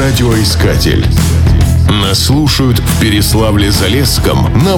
Радиоискатель. Нас слушают в Переславле-Залесском на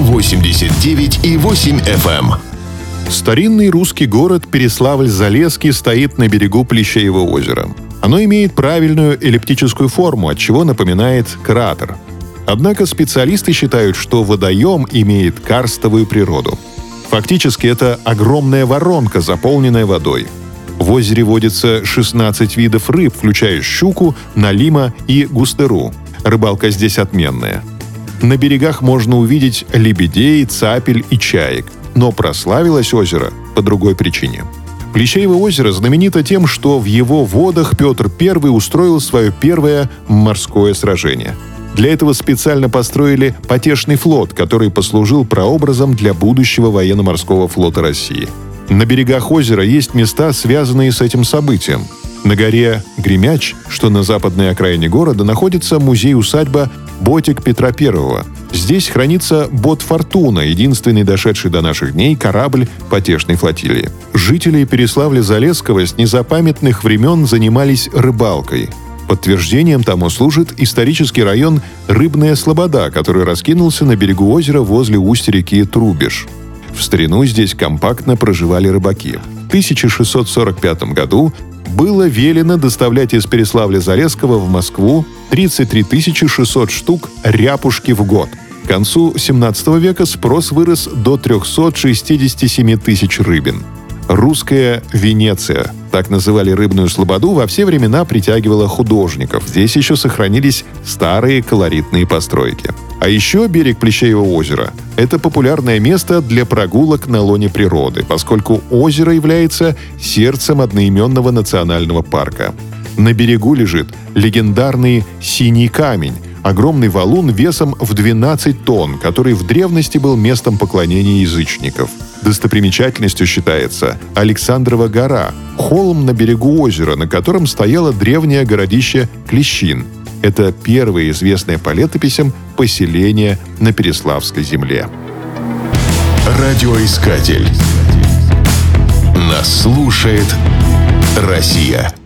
89,8 FM. Старинный русский город Переславль-Залесский стоит на берегу Плещеева озера. Оно имеет правильную эллиптическую форму, отчего напоминает кратер. Однако специалисты считают, что водоем имеет карстовую природу. Фактически это огромная воронка, заполненная водой. В озере водится 16 видов рыб, включая щуку, налима и густеру. Рыбалка здесь отменная. На берегах можно увидеть лебедей, цапель и чаек. Но прославилось озеро по другой причине. Плещеево озеро знаменито тем, что в его водах Петр I устроил свое первое морское сражение. Для этого специально построили потешный флот, который послужил прообразом для будущего военно-морского флота России. На берегах озера есть места, связанные с этим событием. На горе Гремяч, что на западной окраине города, находится музей-усадьба Ботик Петра I. Здесь хранится бот «Фортуна», единственный дошедший до наших дней корабль потешной флотилии. Жители Переславля-Залесского с незапамятных времен занимались рыбалкой. Подтверждением тому служит исторический район Рыбная Слобода, который раскинулся на берегу озера возле устья реки Трубеж. В старину здесь компактно проживали рыбаки. В 1645 году было велено доставлять из Переславля-Залесского в Москву 33 600 штук ряпушки в год. К концу 17 века спрос вырос до 367 тысяч рыбин. Русская Венеция, так называли Рыбную Слободу, во все времена притягивала художников. Здесь еще сохранились старые колоритные постройки. А еще берег Плещеева озера – это популярное место для прогулок на лоне природы, поскольку озеро является сердцем одноименного национального парка. На берегу лежит легендарный Синий камень – огромный валун весом в 12 тонн, который в древности был местом поклонения язычников. Достопримечательностью считается Александрова гора – холм на берегу озера, на котором стояло древнее городище Клещин. Это первое известное по летописям поселение на Переславской земле. Радиоискатель. Нас слушает Россия.